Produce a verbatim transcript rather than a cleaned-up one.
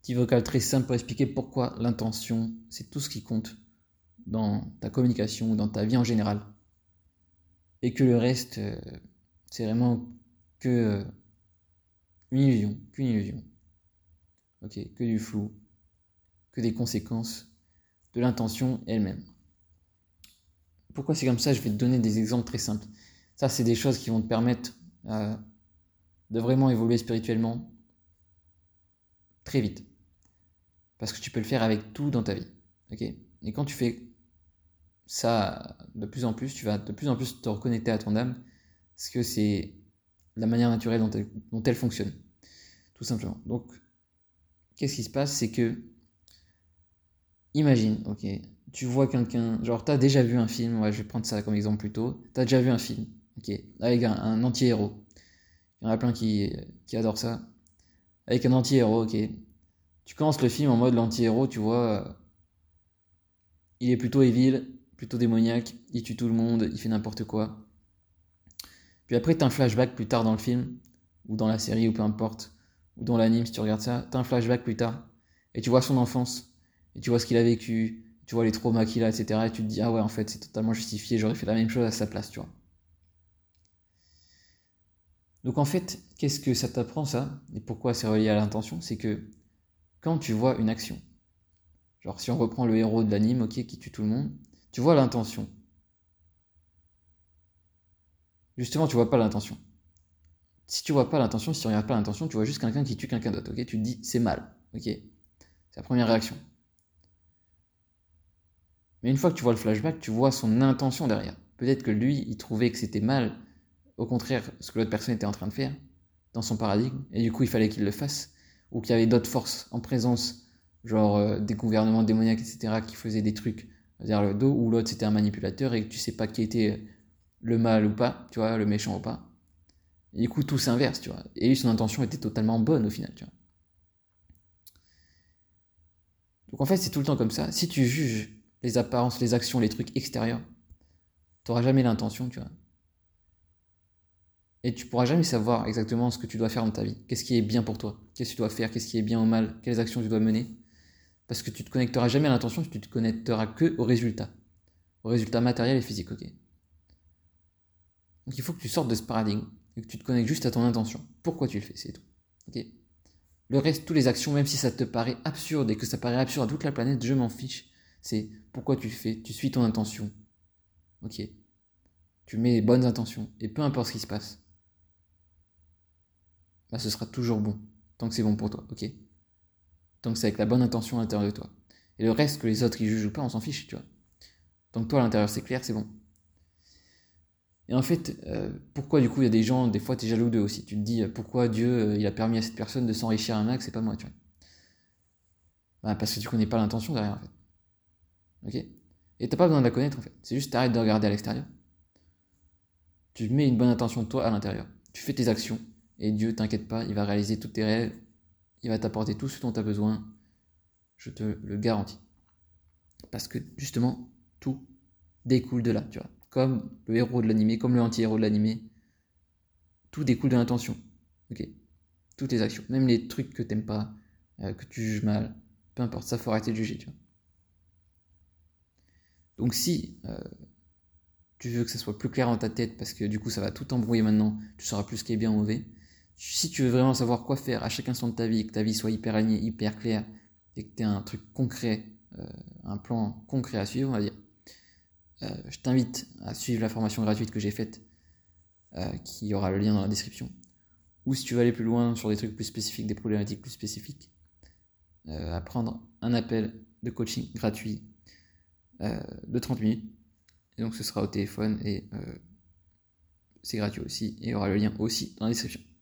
petit vocal très simple pour expliquer pourquoi l'intention, c'est tout ce qui compte dans ta communication ou dans ta vie en général. Et que le reste, euh, c'est vraiment que euh, une illusion, qu'une illusion. Ok, que du flou, que des conséquences de l'intention elle-même. Pourquoi c'est comme ça? Je vais te donner des exemples très simples. Ça, c'est des choses qui vont te permettre euh, de vraiment évoluer spirituellement très vite. Parce que tu peux le faire avec tout dans ta vie. Okay, et quand tu fais ça de plus en plus, tu vas de plus en plus te reconnecter à ton âme, parce que c'est la manière naturelle dont elle, dont elle fonctionne. Tout simplement. Donc, qu'est-ce qui se passe? C'est que, imagine, ok, tu vois quelqu'un, genre t'as déjà vu un film, ouais, je vais prendre ça comme exemple plutôt, t'as déjà vu un film, ok, avec un, un anti-héros. Il y en a plein qui, qui adorent ça. Avec un anti-héros, ok. Tu commences le film en mode l'anti-héros, tu vois, euh, il est plutôt evil, plutôt démoniaque, il tue tout le monde, il fait n'importe quoi. Puis après, t'as un flashback plus tard dans le film, ou dans la série, ou peu importe, ou dans l'anime si tu regardes ça, t'as un flashback plus tard, et tu vois son enfance, et tu vois ce qu'il a vécu, tu vois les traumas qu'il a, et cetera. Et tu te dis, ah ouais, en fait, c'est totalement justifié, j'aurais fait la même chose à sa place, tu vois. Donc en fait, qu'est-ce que ça t'apprend ça? Et pourquoi c'est relié à l'intention? C'est que quand tu vois une action, genre si on reprend le héros de l'anime, ok, qui tue tout le monde, tu vois l'intention. Justement, tu vois pas l'intention. Si tu vois pas l'intention, si tu regardes pas l'intention, tu vois juste quelqu'un qui tue quelqu'un d'autre, ok? Tu te dis, c'est mal, ok? C'est la première réaction. Mais une fois que tu vois le flashback, tu vois son intention derrière. Peut-être que lui, il trouvait que c'était mal, au contraire, ce que l'autre personne était en train de faire, dans son paradigme, et du coup, il fallait qu'il le fasse, ou qu'il y avait d'autres forces en présence, genre euh, des gouvernements démoniaques, et cetera, qui faisaient des trucs vers le dos, ou l'autre c'était un manipulateur, et que tu sais pas qui était le mal ou pas, tu vois, le méchant ou pas. Et du coup, tout s'inverse, tu vois. Et lui, son intention était totalement bonne au final, tu vois. Donc en fait, c'est tout le temps comme ça. Si tu juges les apparences, les actions, les trucs extérieurs, t'auras jamais l'intention, tu vois. Et tu pourras jamais savoir exactement ce que tu dois faire dans ta vie. Qu'est-ce qui est bien pour toi? Qu'est-ce que tu dois faire? Qu'est-ce qui est bien ou mal? Quelles actions tu dois mener? Parce que tu te connecteras jamais à l'intention, tu te connecteras que au résultat. Au résultat matériel et physique, ok? Donc il faut que tu sortes de ce paradigme et que tu te connectes juste à ton intention. Pourquoi tu le fais, c'est tout. Ok? Le reste, toutes les actions, même si ça te paraît absurde et que ça paraît absurde à toute la planète, je m'en fiche. C'est pourquoi tu le fais, tu suis ton intention. Ok? Tu mets les bonnes intentions. Et peu importe ce qui se passe, bah, ce sera toujours bon. Tant que c'est bon pour toi, ok? Tant que c'est avec la bonne intention à l'intérieur de toi. Et le reste, que les autres ils jugent ou pas, on s'en fiche, tu vois. Tant que toi à l'intérieur c'est clair, c'est bon. Et en fait, euh, pourquoi du coup il y a des gens, des fois t'es jaloux d'eux aussi. Tu te dis, euh, pourquoi Dieu euh, il a permis à cette personne de s'enrichir un max, c'est pas moi, tu vois. Bah, parce que tu connais pas l'intention derrière, en fait. Ok? Et t'as pas besoin de la connaître, en fait. C'est juste t'arrêtes de regarder à l'extérieur. Tu mets une bonne intention de toi à l'intérieur. Tu fais tes actions. Et Dieu, t'inquiète pas, il va réaliser tous tes rêves. Il va t'apporter tout ce dont tu as besoin. Je te le garantis. Parce que justement, tout découle de là, tu vois. Comme le héros de l'animé, comme le anti-héros de l'animé, tout découle de l'intention. Ok? Toutes les actions, même les trucs que t'aimes pas, euh, que tu juges mal, peu importe, ça faut arrêter de juger, tu vois. Donc si euh, tu veux que ça soit plus clair dans ta tête, parce que du coup ça va tout embrouiller maintenant, tu sauras plus ce qui est bien ou mauvais. Si tu veux vraiment savoir quoi faire à chaque instant de ta vie, que ta vie soit hyper alignée, hyper claire, et que tu aies un truc concret, euh, un plan concret à suivre, on va dire, euh, je t'invite à suivre la formation gratuite que j'ai faite, euh, qui aura le lien dans la description. Ou si tu veux aller plus loin sur des trucs plus spécifiques, des problématiques plus spécifiques, euh, à prendre un appel de coaching gratuit euh, de trente minutes. Et donc ce sera au téléphone et euh, c'est gratuit aussi. Et il y aura le lien aussi dans la description.